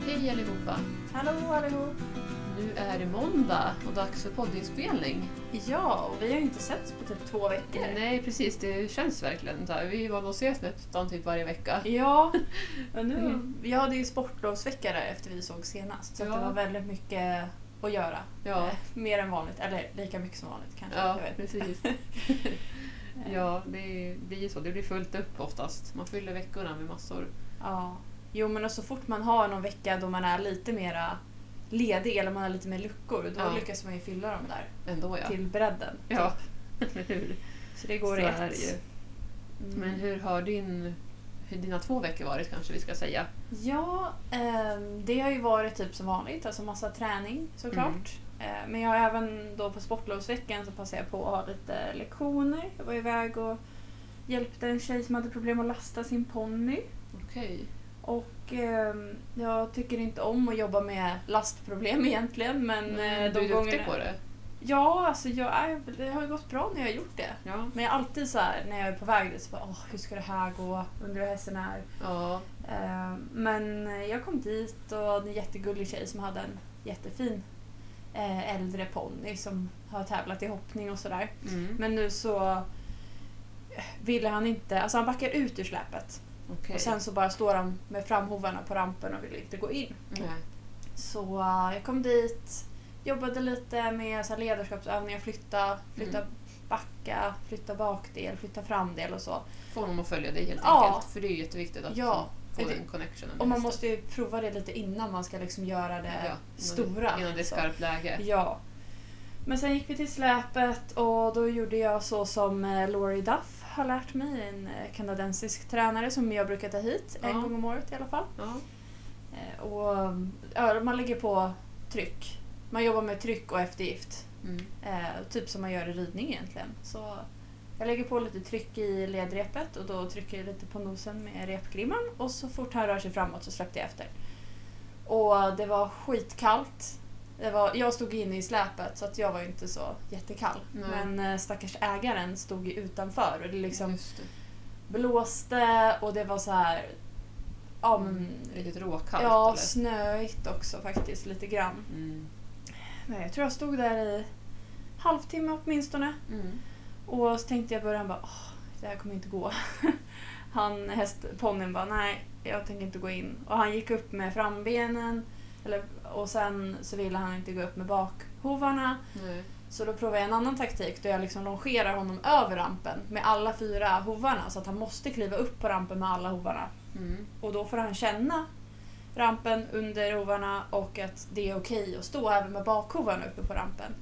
Hej allihopa! Hallå allihop! Nu är det måndag och dags för poddinspelning. Ja, och vi har ju inte setts på typ 2 veckor. Nej precis, det känns verkligen så här. Vi var nog ses nästan typ varje vecka. Ja, men nu, vi hade ju sportlovsvecka där efter vi såg senast. Så Ja. att det var väldigt mycket att göra. Ja. Mer än vanligt, eller lika mycket som vanligt kanske. Ja, Jag vet. precis. Ja, det blir ju så. Det blir fullt upp oftast. Man fyller veckorna med massor. Ja. Jo, men så fort man har någon vecka då man är lite mera ledig eller man har lite mer luckor, då lyckas man ju fylla dem där. Ändå ja. Till bredden. Ja, hur? Så det går så i är ett. det ju. Men hur har dina 2 veckor varit kanske vi ska säga? Ja, det har ju varit typ som vanligt, alltså massa träning såklart. Men jag har även då på sportlovsveckan så passade jag på att ha lite lektioner. Jag var iväg och hjälpte en tjej som hade problem att lasta sin ponny. Okej. Och jag tycker inte om att jobba med lastproblem egentligen. Men Du är duktig på det. Ja, alltså det har ju gått bra när jag har gjort det. Ja. Men jag är alltid så här, när jag är på väg dit så bara, hur ska det här gå? Undrar hur hästen är. Ja. Men jag kom dit och en jättegullig tjej som hade en jättefin äldre ponny som har tävlat i hoppning och sådär. Men nu så ville han inte, alltså han backar ut ur släpet. Okay. Och sen så bara står han med framhovarna på rampen och vill inte gå in. Nej. Så jag kom dit, jobbade lite med så här ledarskapsövningar, flytta backa, flytta bakdel, flytta framdel och så. Få honom att följa dig helt Ja. enkelt. För det är ju jätteviktigt att få den connectionen. Och man måste ju prova det lite innan man ska liksom göra det stora. Innan det är skarpt läge. Ja. Men sen gick vi till släpet och då gjorde jag så som Laurie Duff har lärt mig, en kanadensisk tränare som jag brukar ta hit en gång om året i alla fall. Ja. Och man lägger på tryck. Man jobbar med tryck och eftergift. Typ som man gör i ridning egentligen. Så jag lägger på lite tryck i ledrepet och då trycker jag lite på nosen med repgrimman och så fort han rör sig framåt så släppte jag efter. Och det var skitkallt. Jag stod inne i släpet så att jag var inte så jättekall. Nej. Men stackars ägaren stod ju utanför och det liksom blåste och det var så här riktigt råkallt. Ja, eller? snöigt också faktiskt lite grann. Men jag tror jag stod där i halvtimme åtminstone. Och så tänkte jag i början bara, det här kommer inte gå. Hästponnyn bara, nej, jag tänker inte gå in. Och han gick upp med frambenen. Och sen så ville han inte gå upp med bakhovarna. Nej. Så då provade jag en annan taktik då jag liksom longerar honom över rampen med alla 4 hovarna. Så att han måste kliva upp på rampen med alla hovarna. Och då får han känna rampen under hovarna och att det är okej att stå även med bakhovarna uppe på rampen.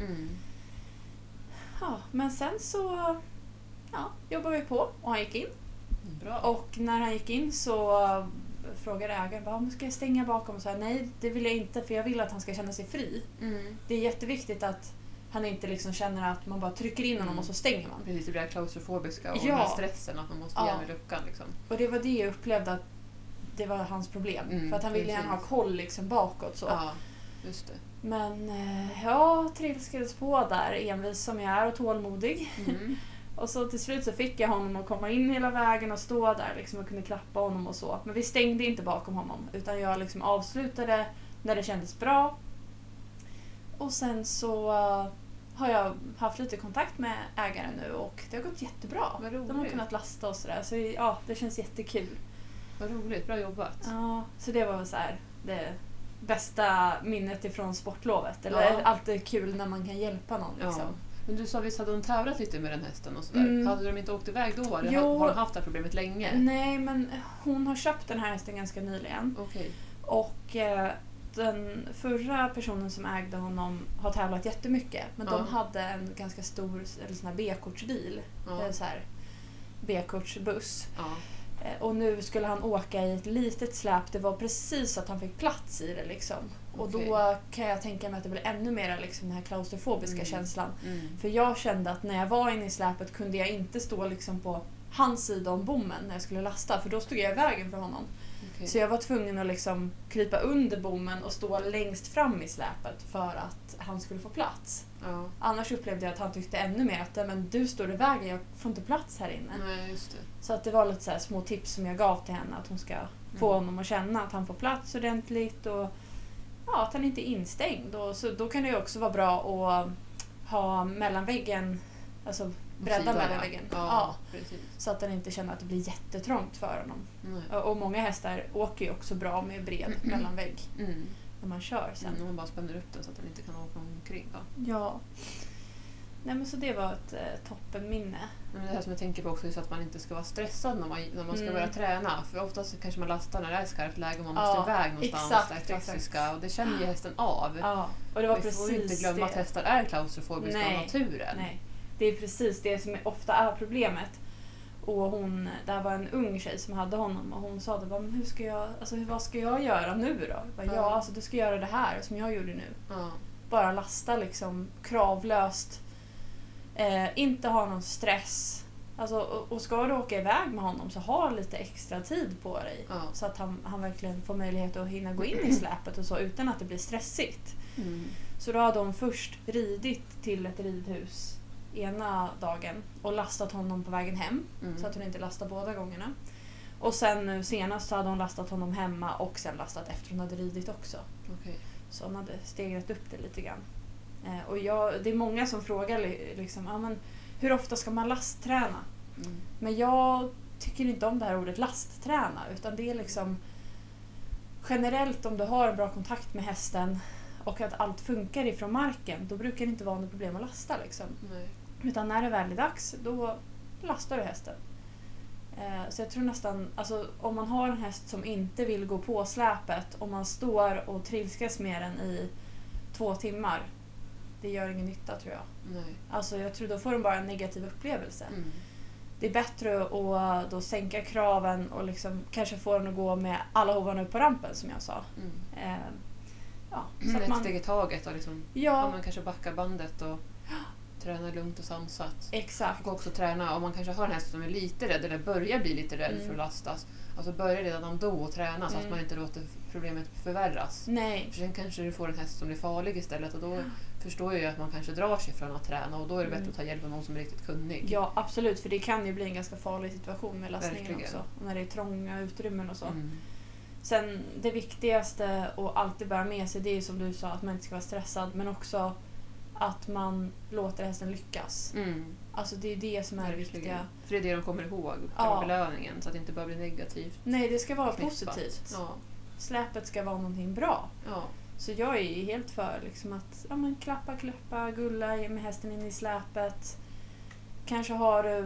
Ja, men sen så jobbade vi på och han gick in. Bra. Och när han gick in så frågade ägaren, ska jag stänga bakom? Och så här, nej, det vill jag inte för jag vill att han ska känna sig fri. Det är jätteviktigt att han inte liksom känner att man bara trycker in honom och så stänger man. Precis, det blir klaustrofobiska och den här stressen att man måste ge med luckan. Liksom. Och det var det jag upplevde att det var hans problem. För att han ville gärna ha koll liksom bakåt. Så. Ja, just det. Men jag trilskades på där, envis som jag är och tålmodig. Och så till slut så fick jag honom att komma in hela vägen och stå där liksom, och kunde klappa honom och så. Men vi stängde inte bakom honom utan jag liksom avslutade när det kändes bra. Och sen så har jag haft lite kontakt med ägaren nu och det har gått jättebra. De har kunnat lasta och sådär. Så ja, det känns jättekul. Vad roligt, bra jobbat. Ja, så det var så här det bästa minnet ifrån sportlovet. Eller alltid kul när man kan hjälpa någon liksom. Ja. Men du sa visst hade de tävlat lite med den hästen och sådär. Hade de inte åkt iväg då? Eller har de haft det här problemet länge? Nej, men hon har köpt den här hästen ganska nyligen. Okej. Och den förra personen som ägde honom har tävlat jättemycket. Men de hade en ganska stor sån här B-kortsbil. Så här B-kortsbuss. Och nu skulle han åka i ett litet släp. Det var precis så att han fick plats i det liksom. Och då kan jag tänka mig att det blir ännu mer liksom den här klaustrofobiska känslan. För jag kände att när jag var inne i släpet kunde jag inte stå liksom på hans sida om bommen när jag skulle lasta. För då stod jag i vägen för honom. Så jag var tvungen att liksom krypa under bommen och stå längst fram i släpet för att han skulle få plats. Annars upplevde jag att han tyckte ännu mer att men du står i vägen, jag får inte plats här inne. Nej, just det. Så att det var lite så här små tips som jag gav till henne att hon ska få honom att känna att han får plats ordentligt och att han inte är instängd. Och så, då kan det ju också vara bra att ha mellanväggen, alltså bredda mellanväggen. Ja, precis. Så att han inte känner att det blir jättetrångt för honom. Nej. Och många hästar åker ju också bra med bred mellanvägg när man kör sen. Man bara spänner upp den så att den inte kan åka omkring. Ja. Nej, men så det var ett toppenminne. Men det här som jag tänker på också är så att man inte ska vara stressad när man ska börja träna. För oftast kanske man lastar när det är skarpt läge och man måste iväg någonstans. Exakt, det är klassiska. exakt. Och det känner ju hästen av. Ja, och det var vi får ju inte glömma att hästar är klaustrofobiska av naturen. Nej, det är precis det som ofta är problemet. Och där var en ung tjej som hade honom och hon sa det, men vad ska jag göra nu då? Alltså du ska göra det här som jag gjorde nu. Bara lasta liksom kravlöst. Inte ha någon stress. Alltså, och ska du åka iväg med honom så ha lite extra tid på dig. Så att han verkligen får möjlighet att hinna gå in i släpet och så utan att det blir stressigt. Så då hade hon först ridit till ett ridhus ena dagen och lastat honom på vägen hem. Så att hon inte lastar båda gångerna. Och sen nu senast så hade hon lastat honom hemma och sen lastat efter hon hade ridit också. Okay. Så hon hade stegrat upp det lite grann. Och det är många som frågar liksom, men hur ofta ska man lastträna? Men jag tycker inte om det här ordet lastträna, utan det är liksom generellt om du har en bra kontakt med hästen och att allt funkar ifrån marken, då brukar det inte vara något problem att lasta liksom. Nej. Utan när det väl är dags, då lastar du hästen. Så jag tror nästan, alltså om man har en häst som inte vill gå på släpet, om man står och trilskas med den i 2 timmar, det gör ingen nytta tror jag. Nej. Alltså jag tror då får de bara en negativ upplevelse. Det är bättre att då sänka kraven och liksom kanske få den att gå med alla hovarna upp på rampen som jag sa. Så att ett steg i taget och liksom, man kanske backar bandet och tränar lugnt och sansat. Exakt. Och också träna, om man kanske har en häst som är lite rädd eller börjar bli lite rädd för att lastas. Alltså börja redan då att träna så att man inte låter problemet förvärras. Nej. För sen kanske du får en häst som blir farlig istället och då förstår jag ju att man kanske drar sig från att träna och då är det bättre att ta hjälp av någon som är riktigt kunnig. Ja, absolut, för det kan ju bli en ganska farlig situation med lastningen. Verkligen. Också. När det är trånga utrymmen och så. Sen det viktigaste att alltid bära med sig, det är som du sa, att man inte ska vara stressad, men också att man låter hästen lyckas. Alltså det är det som är det viktiga. För det är det de kommer ihåg, belöningen, så att det inte bara blir negativt. Nej, det ska vara positivt. Ja. Släpet ska vara någonting bra. Ja. Så jag är helt för liksom att klappa, gulla med hästen in i släpet. Kanske har du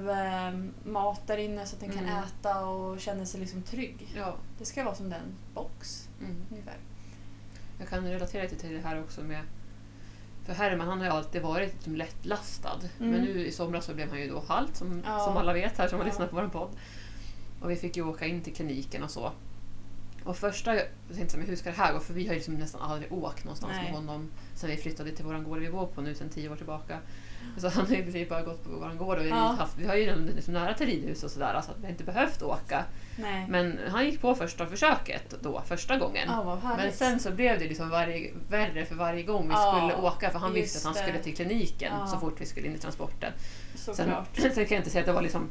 mat där inne så att den kan äta och känna sig liksom trygg. Ja. Det ska vara som den box ungefär. Jag kan relatera till det här också med, för Herman, han har ju alltid varit liksom lättlastad. Men nu i somras så blev han ju då halt som alla vet här som har lyssnat på vår podd. Och vi fick ju åka in till kliniken och så. Och första, jag tänkte hur ska det här gå? För vi har ju liksom nästan aldrig åkt någonstans med honom sen vi flyttade till våran gård vi bor på nu sen 10 år tillbaka. Så han har ju precis bara gått på våran gård och vi har ju liksom nära till ridhus och sådär så att vi har inte behövt åka. Nej. Men han gick på första försöket då, första gången. Men sen så blev det liksom värre för varje gång vi skulle åka för han visste att han skulle till kliniken så fort vi skulle in i transporten. Sen kan jag inte säga att det var liksom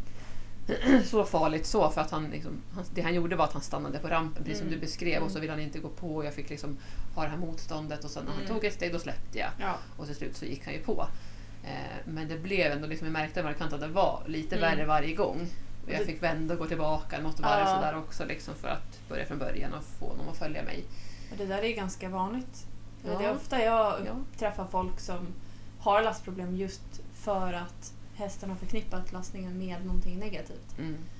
så farligt så, för att det han gjorde var att han stannade på rampen precis som du beskrev och så ville han inte gå på och jag fick liksom ha det här motståndet och sen när han tog ett steg då släppte jag och till slut så gick han ju på. Men det blev ändå liksom, jag märkte markant att det var lite värre varje gång och jag fick vända och gå tillbaka något varv sådär också liksom för att börja från början och få någon att följa mig. Och det där är ganska vanligt. Det är ofta jag träffar folk som har lastproblem just för att hästen har förknippat lastningen med någonting negativt.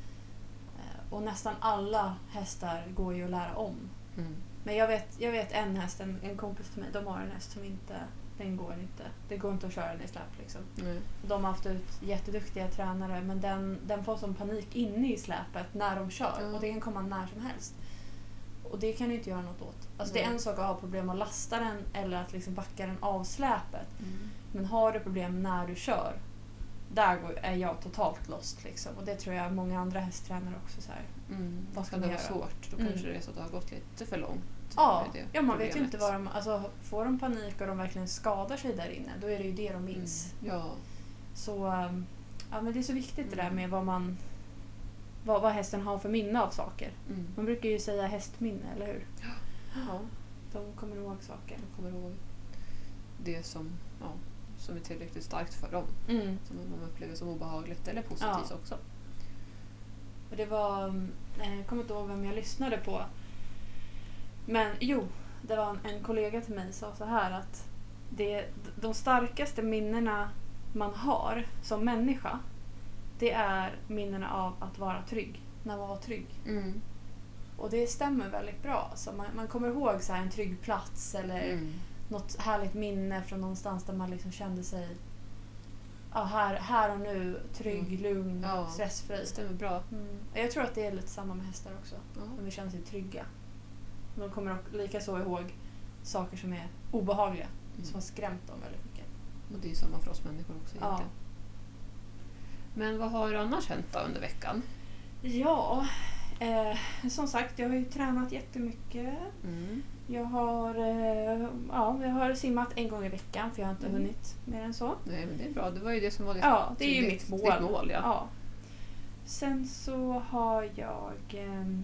Och nästan alla hästar går ju att lära om. Men jag vet en häst, en kompis till mig, de har en häst som inte, det går inte att köra den i släp liksom. De har haft ut jätteduktiga tränare men den får som panik inne i släpet när de kör och det kan komma när som helst. Och det kan du inte göra något åt. Alltså det är en sak att ha problem att lasta den eller att liksom backa den av släpet. Men har du problem när du kör, där är jag totalt lost liksom. Och det tror jag många andra hästtränare också så här. Vad ska det vara svårt? Då kanske det är så att det har gått lite för långt. Ja, man vet ju inte vad de, alltså får de panik och de verkligen skadar sig där inne, då är det ju det de minns. Ja. Så men det är så viktigt det där med vad man vad hästen har för minne av saker. Man brukar ju säga hästminne, eller hur? Ja. De kommer ihåg saker. De kommer ihåg det som är tillräckligt starkt för dem. Som de upplever som obehagligt eller positivt också. Och det var, jag kommer inte ihåg vem jag lyssnade på. Men det var en kollega till mig som sa så här att de starkaste minnena man har som människa, det är minnena av att vara trygg. När man var trygg. Och det stämmer väldigt bra. Så man kommer ihåg så här en trygg plats eller något härligt minne från någonstans där man liksom kände sig här och nu, trygg, lugn, stressfri. Det stämmer bra. Jag tror att det är lite samma med hästar också. Om vi känner sig trygga. De kommer lika så ihåg saker som är obehagliga. Som har skrämt dem väldigt mycket. Och det är samma för oss människor också egentligen. Men vad har annars hänt då under veckan? Ja, som sagt, jag har ju tränat jättemycket. Jag har simmat en gång i veckan för jag har inte hunnit mer än så. Nej, men det är bra. Det var ju det som var det är ju mitt mål. Ditt mål, ja. Sen så har jag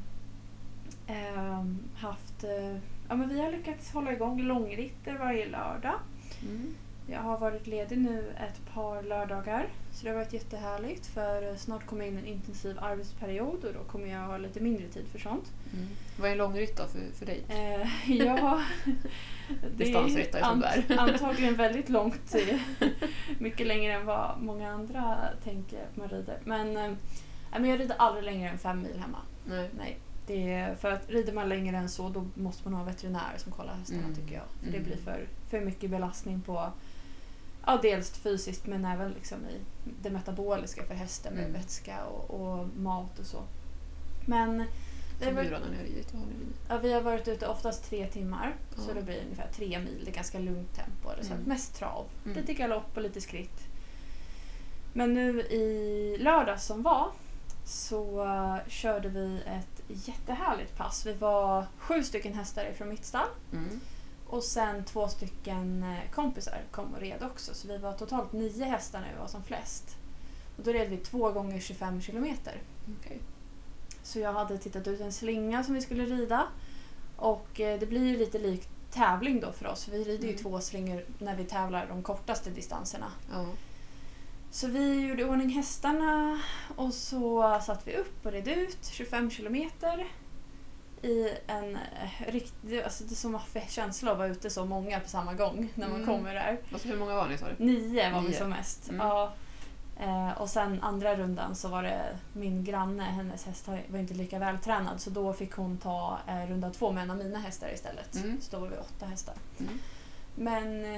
haft... men vi har lyckats hålla igång långritter varje lördag. Jag har varit ledig nu ett par lördagar. Så det har varit jättehärligt. För snart kommer in en intensiv arbetsperiod. Och då kommer jag ha lite mindre tid för sånt. Vad är en långritt då för dig? Distansryttare som du är. Antagligen väldigt långt. Mycket längre än vad många andra tänker att man rider. Men jag rider aldrig längre än 5 mil hemma. Nej. Det är, för att rider man längre än så, då måste man ha veterinär som kollar hästarna, tycker jag. För det blir för mycket belastning på dels fysiskt men även liksom i det metaboliska för hästen med vätska och mat och så. Men som du då när ni har ridit? Vi har varit ute oftast 3 timmar. Så det blir ungefär 3 mil. Det är ganska lugnt tempo. Så mest trav. Lite galopp och lite skritt. Men nu i lördag som var så körde vi ett jättehärligt pass. Vi var 7 stycken hästar från mitt stall. Och sen 2 stycken kompisar kom och red också. Så vi var totalt 9 hästar nu, var som flest. Och då red vi 2 gånger 25 kilometer. Okay. Så jag hade tittat ut en slinga som vi skulle rida. Och det blir ju lite likt tävling då för oss. Vi rider ju 2 slingor när vi tävlar de kortaste distanserna. Så vi gjorde ordning hästarna och så satt vi upp och red ut 25 kilometer i en riktig, alltså det är som en känsla att vara ute så många på samma gång när man kommer där. Alltså hur många var ni, sa du? 9 var vi som mest. Ja. Och sen andra rundan så var det min granne, hennes häst var inte lika vältränad, så då fick hon ta runda 2 med en av mina hästar istället. Så då var vi 8 hästar. Men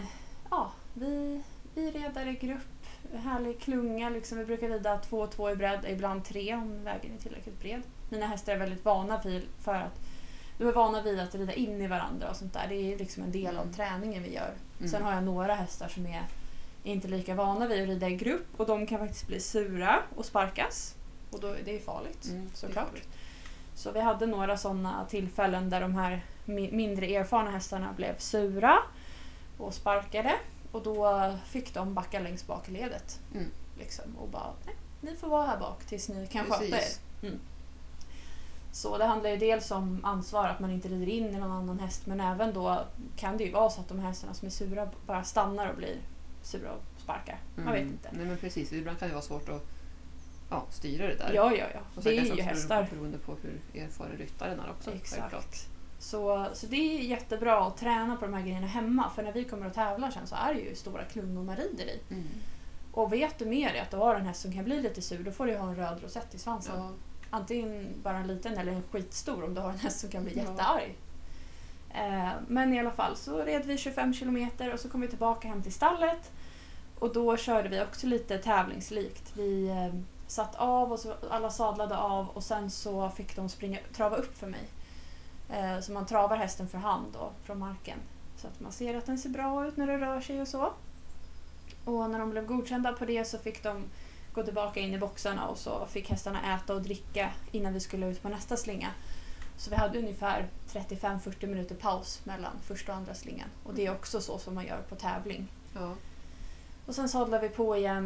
vi red där i grupp, härlig klunga liksom. Vi brukar rida 2 och 2 i bredd, ibland 3 om vägen är tillräckligt bred. Mina hästar är väldigt vana för att de är vana vid att rida in i varandra och sånt där. Det är liksom en del av träningen vi gör. Sen har jag några hästar som är inte lika vana vid att rida i grupp, och de kan faktiskt bli sura och sparkas, och då det är farligt såklart. Så vi hade några sådana tillfällen där de här mindre erfarna hästarna blev sura och sparkade, och då fick de backa längst bak i ledet liksom, och bara nej, ni får vara här bak tills ni kan sköta er. Så det handlar ju dels om ansvar, att man inte rider in i någon annan häst, men även då kan det ju vara så att de hästarna som är sura bara stannar och blir sura och sparkar. Man vet inte. Nej, men precis, ibland kan det vara svårt att styra det där. Ja. Och det är ju hästar. Beroende på hur erfaren ryttaren är också. Exakt. Så det är jättebra att träna på de här grejerna hemma, för när vi kommer att tävla sen så är det ju stora klungor man rider i. Och vet du med dig att du har en häst som kan bli lite sur, då får du ha en röd rosett i svansen. Ja. Antingen bara en liten eller en skitstor om du har en häst som kan bli jättearg. Men i alla fall så red vi 25 kilometer och så kom vi tillbaka hem till stallet. Och då körde vi också lite tävlingslikt. Vi satt av och så alla sadlade av, och sen så fick de trava upp för mig. Så man travar hästen för hand då, från marken. Så att man ser att den ser bra ut när den rör sig och så. Och när de blev godkända på det så fick de gå tillbaka in i boxarna, och så fick hästarna äta och dricka innan vi skulle ut på nästa slinga. Så vi hade ungefär 35-40 minuter paus mellan första och andra slingan. Och det är också så som man gör på tävling. Ja. Och sen sadlade vi på igen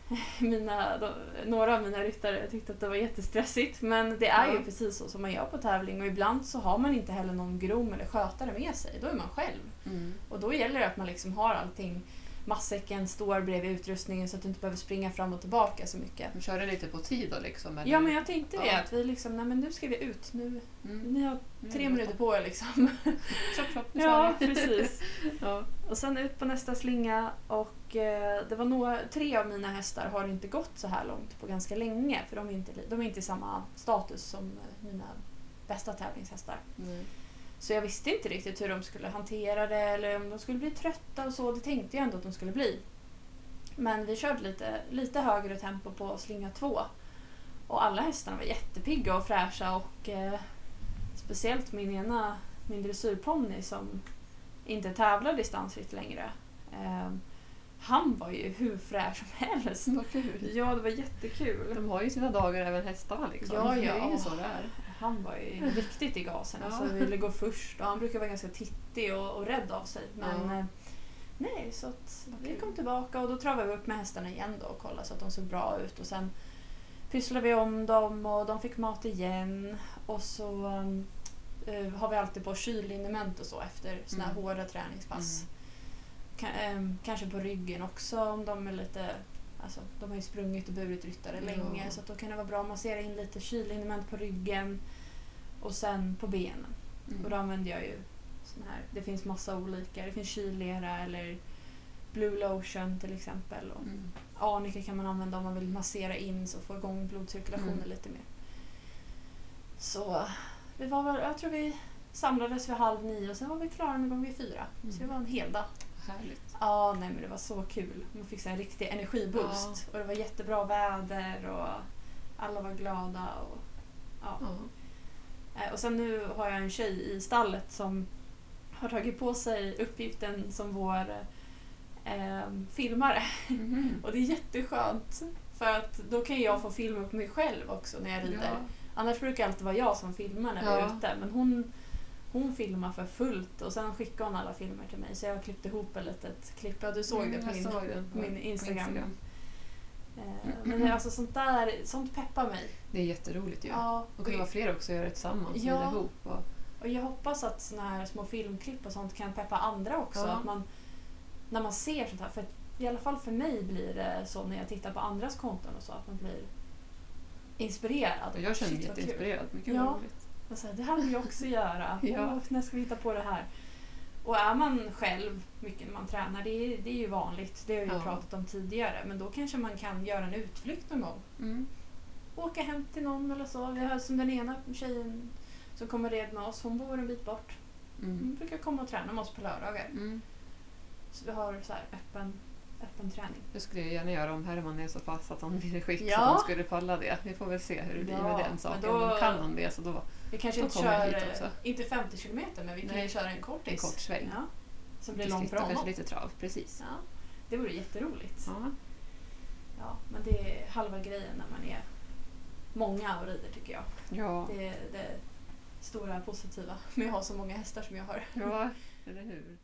några av mina ryttare tyckte att det var jättestressigt. Men det är ju precis så som man gör på tävling. Och ibland så har man inte heller någon grom eller skötare med sig. Då är man själv. Och då gäller det att man liksom har allting. Matsäcken står bredvid utrustningen så att du inte behöver springa fram och tillbaka så mycket. Men kör det lite på tid då liksom? Eller? Ja, men jag tänkte det. Att vi liksom, nej men nu ska vi ut. Ni har 3 minuter på er liksom. Chopp, ja, precis. Och sen ut på nästa slinga. Och det var 3 av mina hästar har inte gått så här långt på ganska länge. För de är inte i samma status som mina bästa tävlingshästar. Så jag visste inte riktigt hur de skulle hantera det eller om de skulle bli trötta och så. Det tänkte jag ändå att de skulle bli. Men vi körde lite högre tempo på slinga 2. Och alla hästarna var jättepigga och fräscha och speciellt min dressyrponny som inte tävlar distansritt längre. Han var ju hur fräsch som helst. Vad kul. Ja, det var jättekul. De har ju sina dagar även hästarna liksom. Ja. Det är ju så där. Han var ju riktigt i gasen. Alltså, ville gå först. Och han brukar vara ganska tittig och rädd av sig. Men nej, så att vi kom tillbaka och då travade vi upp med hästarna igen då och kollade så att de såg bra ut. Och sen pysslade vi om dem och de fick mat igen. Och så har vi alltid på kylliniment och så efter såna här hårda träningspass. Kanske på ryggen också om de är lite... Alltså, de har ju sprungit och burit ryttare länge så att då kan det vara bra att massera in lite kylliniment på ryggen och sen på benen. Och då använder jag ju sån här, det finns massa olika, det finns kyllera eller blue lotion till exempel och arnika kan man använda om man vill massera in så få igång blodcirkulationen lite mer. Så jag tror vi samlades vid 8:30 och sen var vi klara någon gång vid 4. Så det var en hel dag. Härligt. Ja, nej men det var så kul. Man fick så en riktig energiboost. Och det var jättebra väder och alla var glada. Och sen nu har jag en tjej i stallet som har tagit på sig uppgiften som vår filmare. Och det är jätteskönt. För att då kan jag få filma på mig själv också när jag rider. Annars brukar det alltid vara jag som filmar när vi är ute. Men hon filmar för fullt och sen skickade hon alla filmer till mig. Så jag klippte ihop ett litet klipp. Ja, du såg det på min Instagram. Men alltså sånt peppar mig. Det är jätteroligt ju. Ja, och kan vara fler också göra det tillsammans. Ja. Och jag hoppas att såna här små filmklipp och sånt kan peppa andra också. Att man, när man ser sånt här. För i alla fall för mig blir det så när jag tittar på andras konton och så. Att man blir inspirerad. Och jag känner mig jätteinspirerad. Mycket roligt. Alltså, det här vill jag också göra. När ska vi hitta på det här? Och är man själv mycket när man tränar, det är ju vanligt. Det har vi pratat om tidigare. Men då kanske man kan göra en utflykt någon gång. Åka hem till någon eller så. Vi har som den ena tjejen som kommer red med oss. Hon bor en bit bort. Hon brukar komma och träna med oss på lördagar. Så vi har så här öppen träning. Det skulle jag gärna göra om Herman är så pass att han blir skick så att han skulle palla det. Vi får väl se hur det blir med den saken. Då kan han det så då vi kanske inte kör inte 50 kilometer men vi kan köra en kort sväng. Ja. Som blir långt för honom. Kanske lite trav, precis. Ja. Det vore jätteroligt. Ja, men det är halva grejen när man är många och rider tycker jag. Ja. Det är det stora positiva med att ha så många hästar som jag har. Ja, eller hur?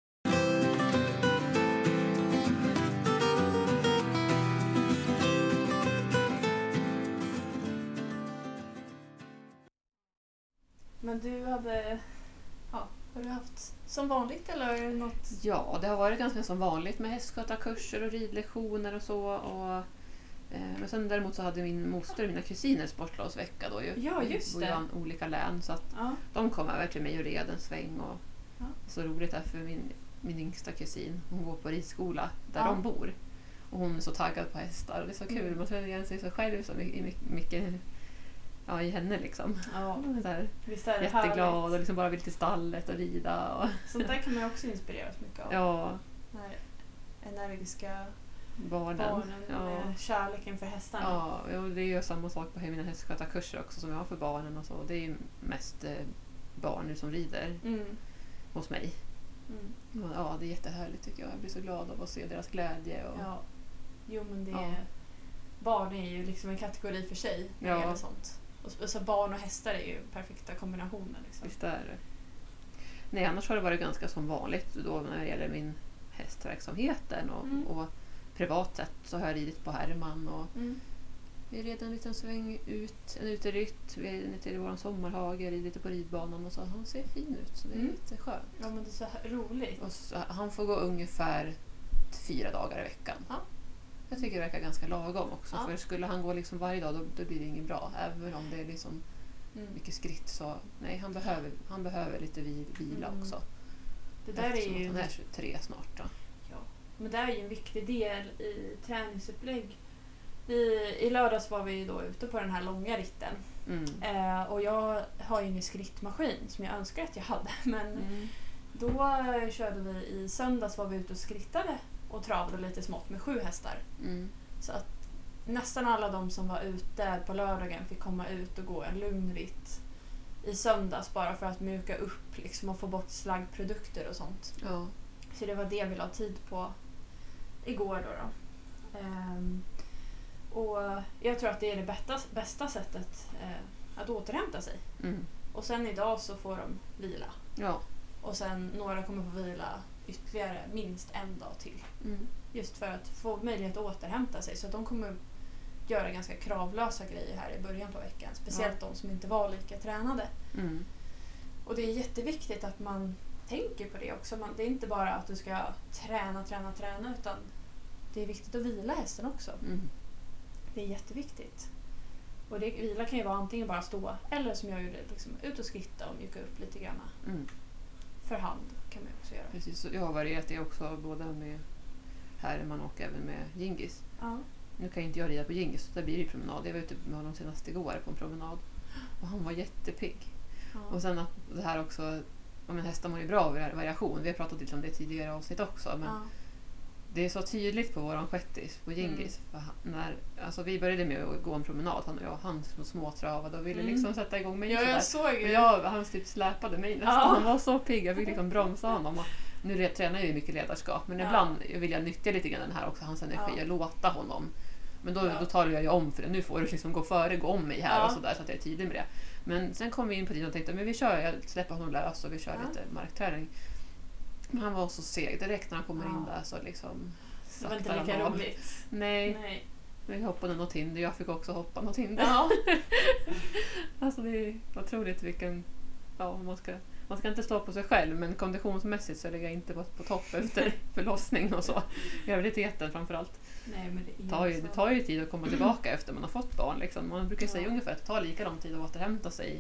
Men du har du haft som vanligt eller något? Ja, det har varit ganska som vanligt med hästskötarkurser och ridlektioner och så. Men sen däremot så hade min moster och mina kusiner sportlovsvecka då ju. Ja, just det. Vi bor i olika län så att de kom över till mig och red en sväng. Och så roligt är för min yngsta kusin, hon går på ridskola där de bor. Och hon är så taggad på hästar och det är så kul. Man känner igen sig så själv så mycket i henne liksom. Ja. Där, visst är det jätteglad härligt. och liksom bara vill till stallet och rida. Och sånt där kan man också inspireras mycket av. Ja. Nej, energiska barnen med kärleken för hästarna. Ja, och det är ju samma sak på mina hästskötarkurser också som jag har för barnen och så. Det är ju mest barn som rider hos mig. Ja, det är jättehärligt tycker jag. Jag blir så glad av att se deras glädje. Och ja. Jo, men barn är ju liksom en kategori för sig när det gäller sånt. Och så barn och hästar är ju perfekta kombinationer. Liksom. Visst är det. Nej, annars har det varit ganska som vanligt då när det gäller min hästverksamheten och privat sätt så har jag ridit på Herman och vi red en liten sväng ut, en uterytt, vi är till vår sommarhage, rid lite på ridbanan och så. Han ser fin ut så det är lite skönt. Ja, men det är så roligt. Och så, han får gå ungefär 4 dagar i veckan. Ja. Jag tycker det verkar ganska lagom också. Ja. För skulle han gå liksom varje dag då blir det inget bra. Även om det är liksom mycket skritt så nej, han behöver lite vila också. Det där är ju... Han är 23 snart då. Ja, men det är ju en viktig del i träningsupplägg. I lördags var vi då ute på den här långa ritten. Och jag har ju ingen skrittmaskin som jag önskar att jag hade. Men då körde vi i söndags, var vi ute och skrittade och travade lite smått med 7 hästar. Så att nästan alla de som var ute på lördagen fick komma ut och gå en lugn ritt i söndags bara för att mjuka upp liksom, och få bort slaggprodukter och sånt. Ja. Så det var det vi la tid på igår då. Och jag tror att det är det bästa sättet att återhämta sig. Och sen idag så får de vila. Ja. Och sen några kommer få vila ytterligare minst en dag till. Just för att få möjlighet att återhämta sig. Så att de kommer göra ganska kravlösa grejer här i början på veckan. Speciellt de som inte var lika tränade. Och det är jätteviktigt att man tänker på det också. Det är inte bara att du ska träna utan det är viktigt att vila hästen också. Det är jätteviktigt. Och vila kan ju vara antingen bara stå eller som jag gjorde, liksom, ut och skritta och mjuka upp lite grann. För hand kan man också göra. Precis, jag har varierat det också både med Herman och även med Gingis. Ja. Nu kan inte jag rida på Gingis, så där blir det promenad. Jag var ute med honom senast igår på en promenad. Och han var jättepigg. Ja. Och sen att det här också, hästar mår ju bra av variation. Vi har pratat lite om det tidigare avsnitt också. Men det är så tydligt på våran shettis, på Gingis. För vi började med att gå en promenad, han och jag, han småtravade och ville liksom sätta igång mig. Ja, jag såg det. Han typ släpade mig nästan. Han var så pigg, jag fick liksom bromsa honom. Och nu tränar jag ju mycket ledarskap, men ibland vill jag nyttja lite grann den här också, hans energi, och låta honom. Men då talar jag ju om för det. Nu får du liksom gå om mig här och sådär, så att jag är tidig med det. Men sen kom vi in på tiden och tänkte, men jag släpper honom lös och vi kör lite markträning. Men han var så seg. Direkt när han kommer in där så liksom det var inte lika roligt. Nej. Vi hoppade något hinder. Jag fick också hoppa något hinder. Ja. Alltså det är otroligt vilken... Ja, man ska inte stå på sig själv, men konditionsmässigt så ligger jag inte på topp efter förlossning och så. Graviditeten framförallt. Nej, men det tar ju tid att komma tillbaka efter man har fått barn. Liksom. Man brukar säga ungefär att det tar lika lång tid att återhämta sig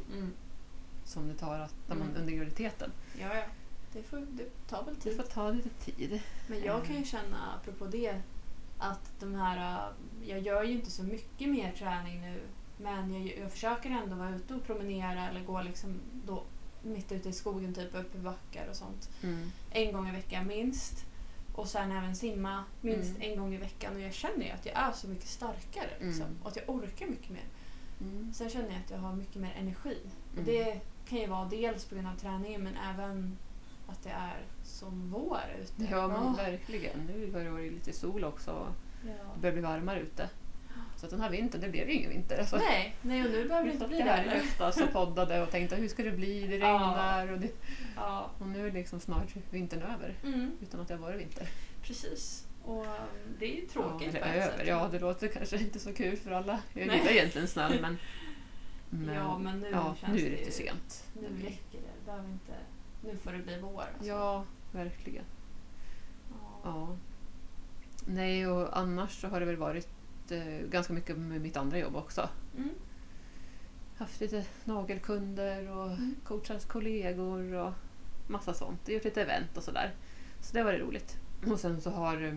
som det tar när man under graviditeten. Ja. Det tar väl tid. Det får ta lite tid. Men jag kan ju känna, apropå det, att jag gör ju inte så mycket mer träning nu. Men jag försöker ändå vara ute och promenera eller gå liksom då mitt ute i skogen, typ uppe i backar och sånt. En gång i veckan minst. Och sen även simma minst en gång i veckan. Och jag känner ju att jag är så mycket starkare liksom, och att jag orkar mycket mer. Sen känner jag att jag har mycket mer energi. Och det kan ju vara dels på grund av träningen, men även att det är som vår ute. Ja, men verkligen. Nu börjar det vara lite sol också. Det börjar bli varmare ute. Så att den här vintern, det blev ju ingen vinter. Alltså. Nej, och nu behöver det inte bli det. Jag höstas och poddade och tänkte, hur ska det bli? Det regnar. Och nu är liksom snart vintern över. Utan att det har varit vinter. Precis. Och det är ju tråkigt på ett sätt. Ja, det låter kanske inte så kul för alla. Jag gillar egentligen snön, men nu känns nu är det lite sent. Nu räcker det. Behöver inte... Nu får det bli vår. Alltså. Ja, verkligen. Ja. Nej, och annars så har det väl varit ganska mycket med mitt andra jobb också. Haft lite nagelkunder och coachat kollegor och massa sånt. Gjort lite event och sådär. Så det var roligt. Och sen så har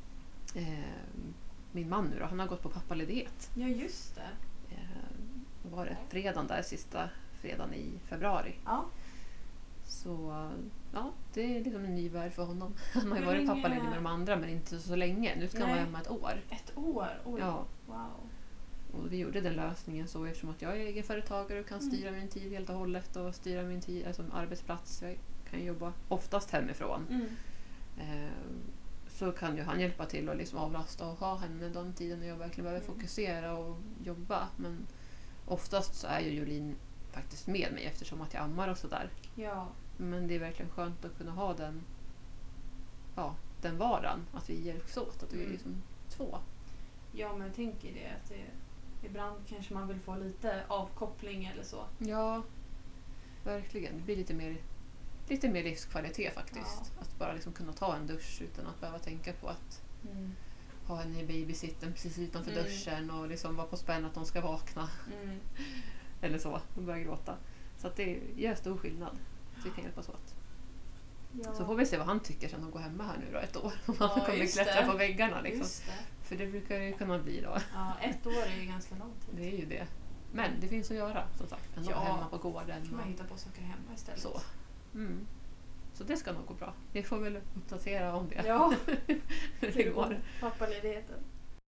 min man nu då, han har gått på pappaledighet. Ja, just det. Var det fredagen där, sista fredagen i februari. Ja. Så det är liksom en ny värld för honom. Han har ju varit pappaledig med de andra, men inte så länge. Nu ska han vara hemma ett år. Ett år? Oj. Ja. Wow. Och vi gjorde den lösningen så eftersom att jag är egenföretagare och kan styra min tid helt och hållet och styra min tid, alltså arbetsplats. Jag kan jobba oftast hemifrån. Så kan ju han hjälpa till och liksom avlasta och ha henne den tiden när jag verkligen behöver fokusera och jobba. Men oftast så är ju Jolin faktiskt med mig eftersom att jag ammar och sådär. Ja. Men det är verkligen skönt att kunna ha den den varan, att vi hjälps åt, att vi är liksom två. Ja, men jag tänker det att ibland kanske man vill få lite avkoppling eller så. Ja, verkligen. Det blir lite mer livskvalitet faktiskt. Ja. Att bara liksom kunna ta en dusch utan att behöva tänka på att ha henne i babysitten precis utanför duschen och liksom vara på spänn att de ska vakna. Eller så, och börja gråta. Så att det gör stor skillnad. Så vi kan hjälpas åt. Ja. Så får vi se vad han tycker sen att gå hemma här nu då, 1 år. Om han kommer klättra på väggarna liksom. För det brukar ju kunna bli då. Ja, 1 år är ju ganska lång tid. Det är ju det. Men det finns att göra, som sagt. Ändå hemma på gården. Kan man hitta på saker hemma istället. Så. Så det ska nog gå bra. Vi får väl uppdatera om det. Ja, det går. Pappaledigheten.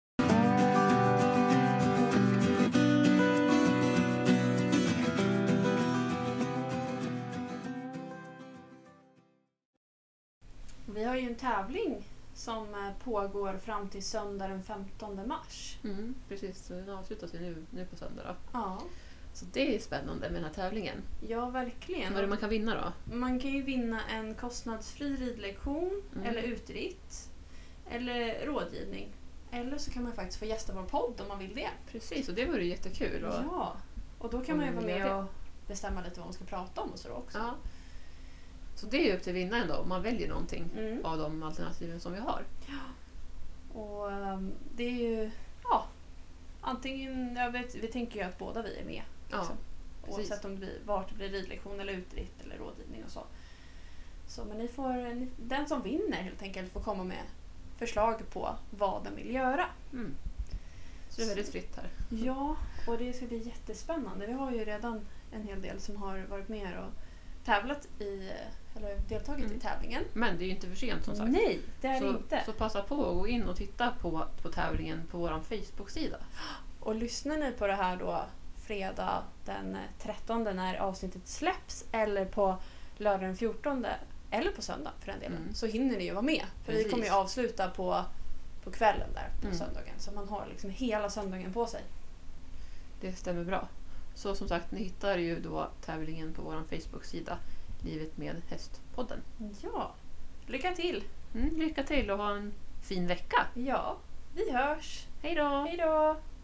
Vi har ju en tävling som pågår fram till söndag den 15 mars. Precis, den avslutas ju nu på söndag då. Ja. Så det är spännande med den här tävlingen. Ja, verkligen. Vad är det man kan vinna då? Man kan ju vinna en kostnadsfri ridlektion eller utritt eller rådgivning. Eller så kan man faktiskt få gästa vår podd om man vill det. Precis, och det vore jättekul. Ja, och då kan man ju vara med och bestämma lite vad man ska prata om och så också. Ja. Så det är ju upp till vinnaren då, om man väljer någonting av de alternativen som vi har. Ja. Och det är ju, antingen, vi tänker ju att båda vi är med. Liksom. Ja, oavsett om det blir, vart det blir ridlektion eller utritt eller rådgivning och så. Så men den som vinner helt enkelt får komma med förslag på vad den vill göra. Så det är väldigt fritt här. Ja, och det ska bli jättespännande. Vi har ju redan en hel del som har varit med och tävlat eller deltagit i tävlingen. Men det är ju inte för sent som sagt. Nej, det är det inte. Så passa på att gå in och titta på tävlingen på vår Facebook-sida. Och lyssnar ni på det här då fredag den 13 när avsnittet släpps eller på lördag den 14 eller på söndag för den delen så hinner ni ju vara med. För vi kommer ju avsluta på kvällen där på söndagen. Så man har liksom hela söndagen på sig. Det stämmer bra. Så som sagt, ni hittar ju då tävlingen på vår Facebook-sida Livet med hästpodden. Ja, lycka till! Lycka till och ha en fin vecka! Ja, vi hörs! Hej då! Hej då!